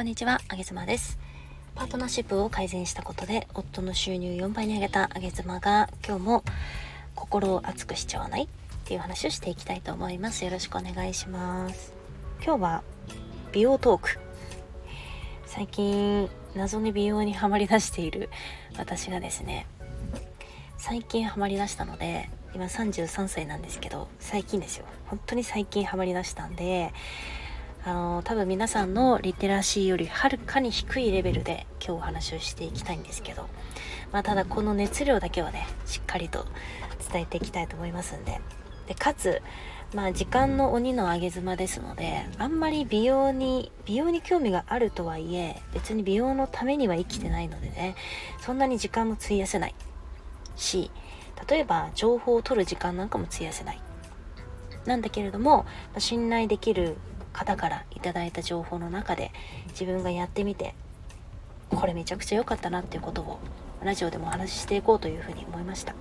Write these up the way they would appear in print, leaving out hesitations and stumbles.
こんにちは、あげ妻です。パートナーシップを改善したことで夫の収入4倍に上げたあげ妻が、今日も心を熱くしちゃわないっていう話をしていきたいと思います。よろしくお願いします。今日は美容トーク。最近謎に美容にハマりだしている私がですね、最近ハマりだしたので、今33歳なんですけど、最近ですよ、本当に最近ハマりだしたんで、多分皆さんのリテラシーよりはるかに低いレベルで今日お話をしていきたいんですけど、ただこの熱量だけはね、しっかりと伝えていきたいと思いますんで、かつ時間の鬼の上げ妻ですので、あんまり美容に興味があるとはいえ、別に美容のためには生きてないのでね、そんなに時間も費やせないし、例えば情報を取る時間なんかも費やせないなんだけれども、信頼できる方からいただいた情報の中で自分がやってみて、これめちゃくちゃ良かったなっていうことをラジオでもお話ししていこうというふうに思いました。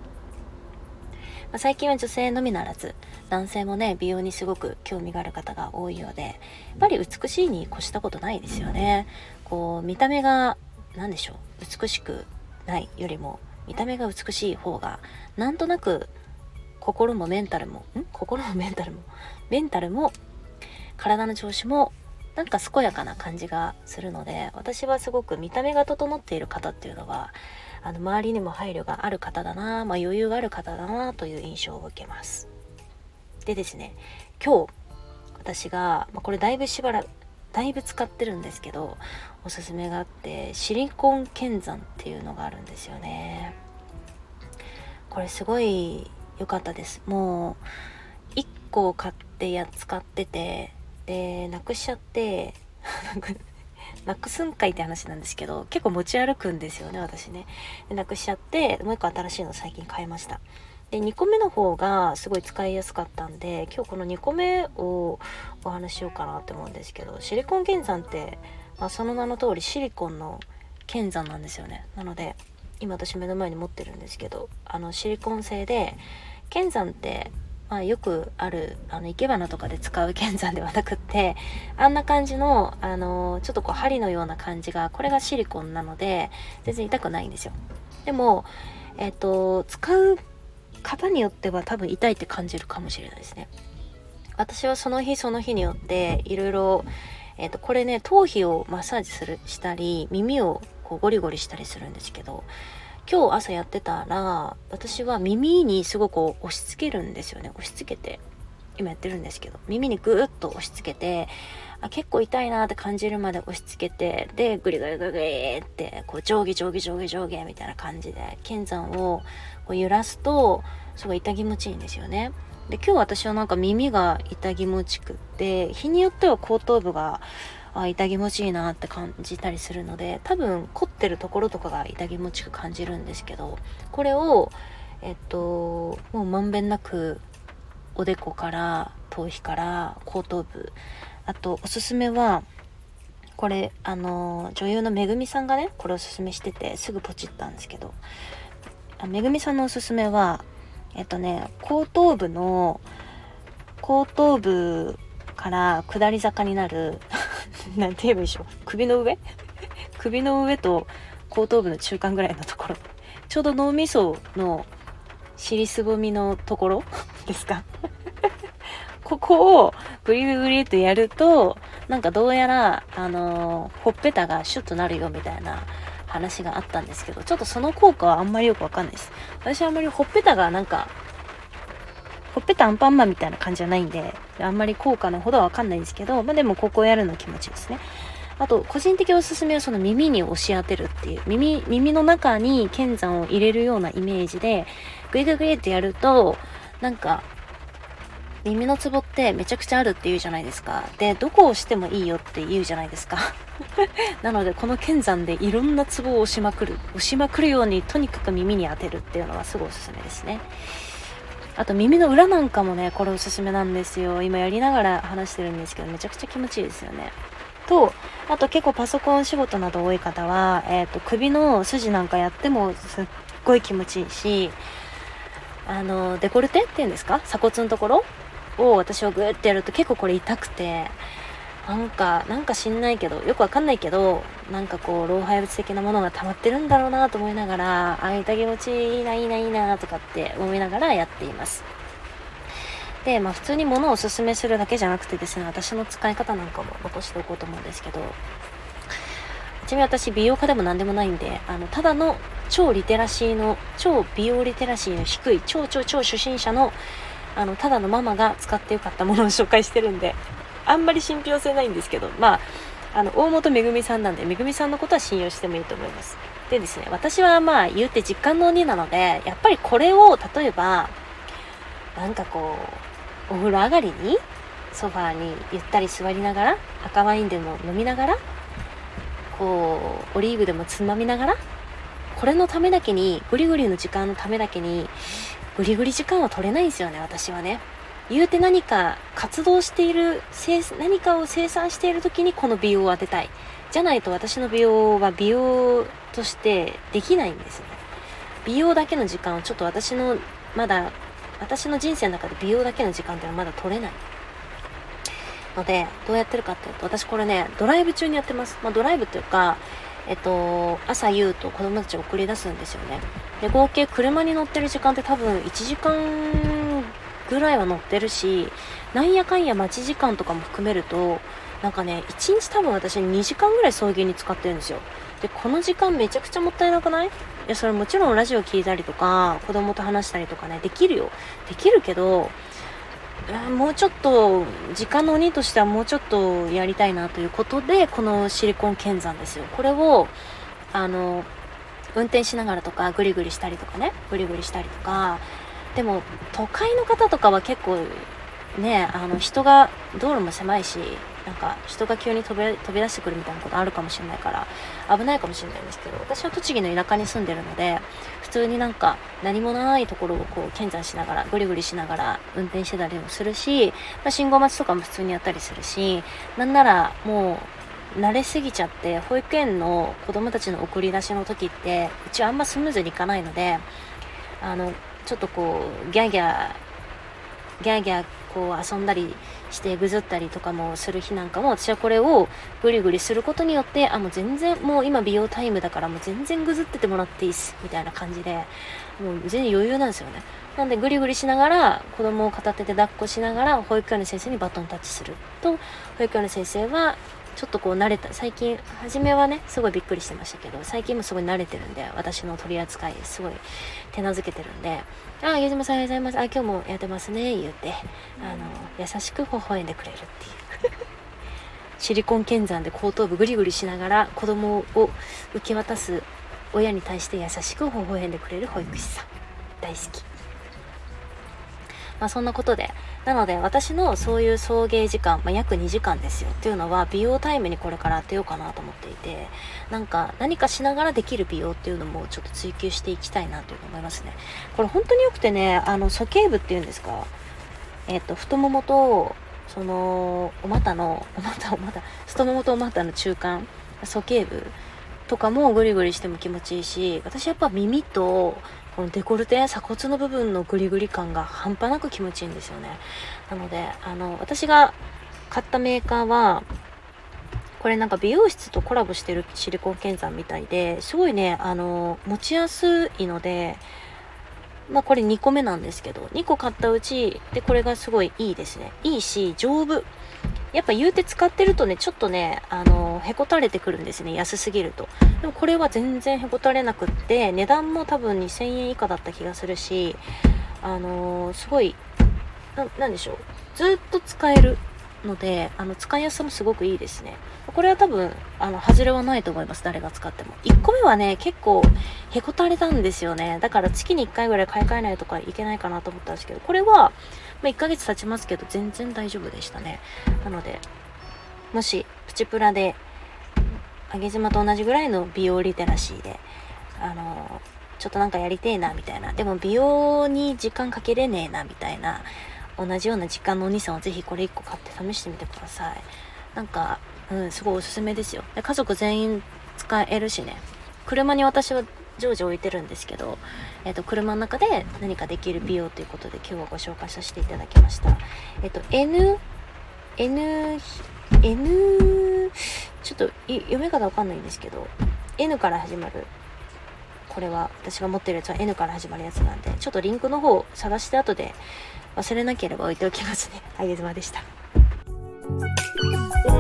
最近は女性のみならず男性もね、美容にすごく興味がある方が多いようで、やっぱり美しいに越したことないですよね。見た目が美しくないよりも、見た目が美しい方がなんとなく心もメンタルも体の調子もなんか健やかな感じがするので、私はすごく見た目が整っている方っていうのは、周りにも配慮がある方だな、余裕がある方だなという印象を受けます。でですね、今日私が、これだいぶ使ってるんですけど、おすすめがあって、シリコン剣山っていうのがあるんですよね。これすごい良かったです。もう1個買って使ってて、でなくしちゃってなくすんかいって話なんですけど、結構持ち歩くんですよね、私ね。でなくしちゃって、もう1個新しいの最近買いました。で2個目の方がすごい使いやすかったんで、今日この2個目をお話ししようかなって思うんですけど、シリコン剣山って、その名の通りシリコンの剣山なんですよね。なので今私目の前に持ってるんですけど、シリコン製で、剣山ってよくある生け花とかで使う剣山ではなくって、あんな感じのちょっと針のような感じが、これがシリコンなので全然痛くないんですよ。でも使う方によっては多分痛いって感じるかもしれないですね。私はその日その日によっていろいろ、これね、頭皮をマッサージしたり、耳をゴリゴリしたりするんですけど、今日朝やってたら、私は耳にすごく押し付けるんですよね。押し付けて今やってるんですけど、耳にぐーっと押し付けて、結構痛いなって感じるまで押し付けて、でグリグリグリグリって上下みたいな感じで剣山を揺らすとすごい痛気持ちいいんですよね。で今日私はなんか耳が痛気持ちくって、日によっては後頭部が痛気持ちいいなって感じたりするので、多分凝ってるところとかが痛気持ちく感じるんですけど、これをもうまんべんなくおでこから頭皮から後頭部、あとおすすめはこれ女優のめぐみさんがね、これおすすめしててすぐポチったんですけど、めぐみさんのおすすめは後頭部から下り坂になるなんて言えばいいでしょう、首の上と後頭部の中間ぐらいのところ、ちょうど脳みその尻すぼみのところですかここをグリグリとやると、なんかどうやらほっぺたがシュッとなるよみたいな話があったんですけど、ちょっとその効果はあんまりよくわかんないです。私はあんまりほっぺたアンパンマンみたいな感じじゃないんで、あんまり効果のほどはわかんないんですけど、でもここをやるの気持ちいいですね。あと個人的おすすめは、その耳に押し当てるっていう、耳の中に剣山を入れるようなイメージでグリグリグリってやると、なんか耳のツボってめちゃくちゃあるって言うじゃないですか。でどこを押してもいいよって言うじゃないですかなのでこの剣山でいろんなツボを押しまくるように、とにかく耳に当てるっていうのがすごいおすすめですね。あと耳の裏なんかもね、これおすすめなんですよ。今やりながら話してるんですけど、めちゃくちゃ気持ちいいですよね。とあと結構パソコン仕事など多い方は、首の筋なんかやってもすっごい気持ちいいし、デコルテっていうんですか、鎖骨のところを私はグーってやると結構これ痛くて、 なんか知んないけど、よくわかんないけど、なんかこう老廃物的なものが溜まってるんだろうなと思いながら、あ、痛気持ちいいないいないいなとかって思いながらやっています。で、普通に物をおすすめするだけじゃなくてですね、私の使い方なんかも残しておこうと思うんですけど、ちなみに私美容家でも何でもないんで、ただの超美容リテラシーの低い超初心者のただのママが使ってよかったものを紹介してるんで、あんまり信憑性ないんですけど、大本めぐみさんなんで、めぐみさんのことは信用してもいいと思います。でですね、私は言うて実感の鬼なので、やっぱりこれを例えばなんかこうお風呂上がりにソファーにゆったり座りながら、赤ワインでも飲みながら、こうオリーブでもつまみながら、これのためだけに、グリグリの時間のためだけにグリグリ時間は取れないんですよね、私はね。言うて何か活動している、何かを生産している時にこの美容を当てたい。じゃないと私の美容は美容としてできないんですね。美容だけの時間をちょっと私の人生の中で美容だけの時間っていうのはまだ取れないので、どうやってるかっていうと、私これね、ドライブ中にやってます。ドライブというか、朝夕と子供たちを送り出すんですよね。で、合計車に乗ってる時間って多分1時間ぐらいは乗ってるし、なんやかんや待ち時間とかも含めると、なんかね、1日多分私2時間ぐらい送迎に使ってるんですよ。で、この時間めちゃくちゃもったいなくない？いや、それもちろんラジオ聞いたりとか、子供と話したりとかね、できるよ。できるけど、もうちょっと時間の鬼としてはもうちょっとやりたいなということで、このシリコン剣山ですよ。これを運転しながらとかグリグリしたりとか、でも都会の方とかは結構ね、人が道路も狭いし、なんか人が急に飛び出してくるみたいなことあるかもしれないから危ないかもしれないんですけど、私は栃木の田舎に住んでるので、普通になんか何もないところをこう剣山しながらグリグリしながら運転してたりもするし、信号待ちとかも普通にやったりするし、なんならもう慣れすぎちゃって、保育園の子供たちの送り出しの時ってうちはあんまスムーズにいかないので、ちょっとこうギャーギャーこう遊んだりしてぐずったりとかもする日なんかも、私はこれをグリグリすることによって、もう全然、もう今美容タイムだからもう全然ぐずっててもらっていいっすみたいな感じで、もう全然余裕なんですよね。なんでグリグリしながら、子供を片手で抱っこしながら保育園の先生にバトンタッチすると、保育園の先生はちょっとこう慣れた、最近初めはねすごいびっくりしてましたけど、最近もすごい慣れてるんで、私の取り扱いすごい手なずけてるんで、ゆずまさんおはようございます、今日もやってますね言うて、優しく微笑んでくれるっていうシリコン剣山で後頭部グリグリしながら子供を受け渡す親に対して優しく微笑んでくれる保育士さん、大好き。そんなことで、なので私のそういう送迎時間、約2時間ですよっていうのは美容タイムにこれから当てようかなと思っていて、何かしながらできる美容っていうのもちょっと追求していきたいなという思いますね。これ本当によくてね、鼠径部っていうんですか、太ももとその太ももとお股の中間、鼠径部とかもグリグリしても気持ちいいし、私やっぱ耳とこのデコルテ、鎖骨の部分のグリグリ感が半端なく気持ちいいんですよね。なので私が買ったメーカーはこれなんか美容室とコラボしてるシリコン剣山みたいで、すごいね持ちやすいので、これ2個目なんですけど、2個買ったうちでこれがすごいいいですね。いいし丈夫。やっぱ言うて使ってるとね、ちょっとねへこたれてくるんですね、安すぎると。でもこれは全然へこたれなくって、値段も多分2000円以下だった気がするし、すごいなんでしょう、ずっと使えるので使いやすさもすごくいいですね。これは多分外れはないと思います、誰が使っても。1個目はね結構へこたれたんですよね。だから月に1回ぐらい買い替えないとかいけないかなと思ったんですけど、これは1ヶ月経ちますけど全然大丈夫でしたね。なのでもしプチプラであげ妻と同じぐらいの美容リテラシーでちょっとなんかやりてえなみたいな、でも美容に時間かけれねえなみたいな、同じような時間のお兄さんはぜひこれ1個買って試してみてください。なんかすごいおすすめですよ。で家族全員使えるしね。車に私は常時置いてるんですけど、車の中で何かできる美容ということで今日はご紹介させていただきました。 ちょっと読み方わかんないんですけど、N から始まる、これは私が持ってるやつは N から始まるやつなんで、ちょっとリンクの方を探して後で忘れなければ置いておきますね。あゆずまでした。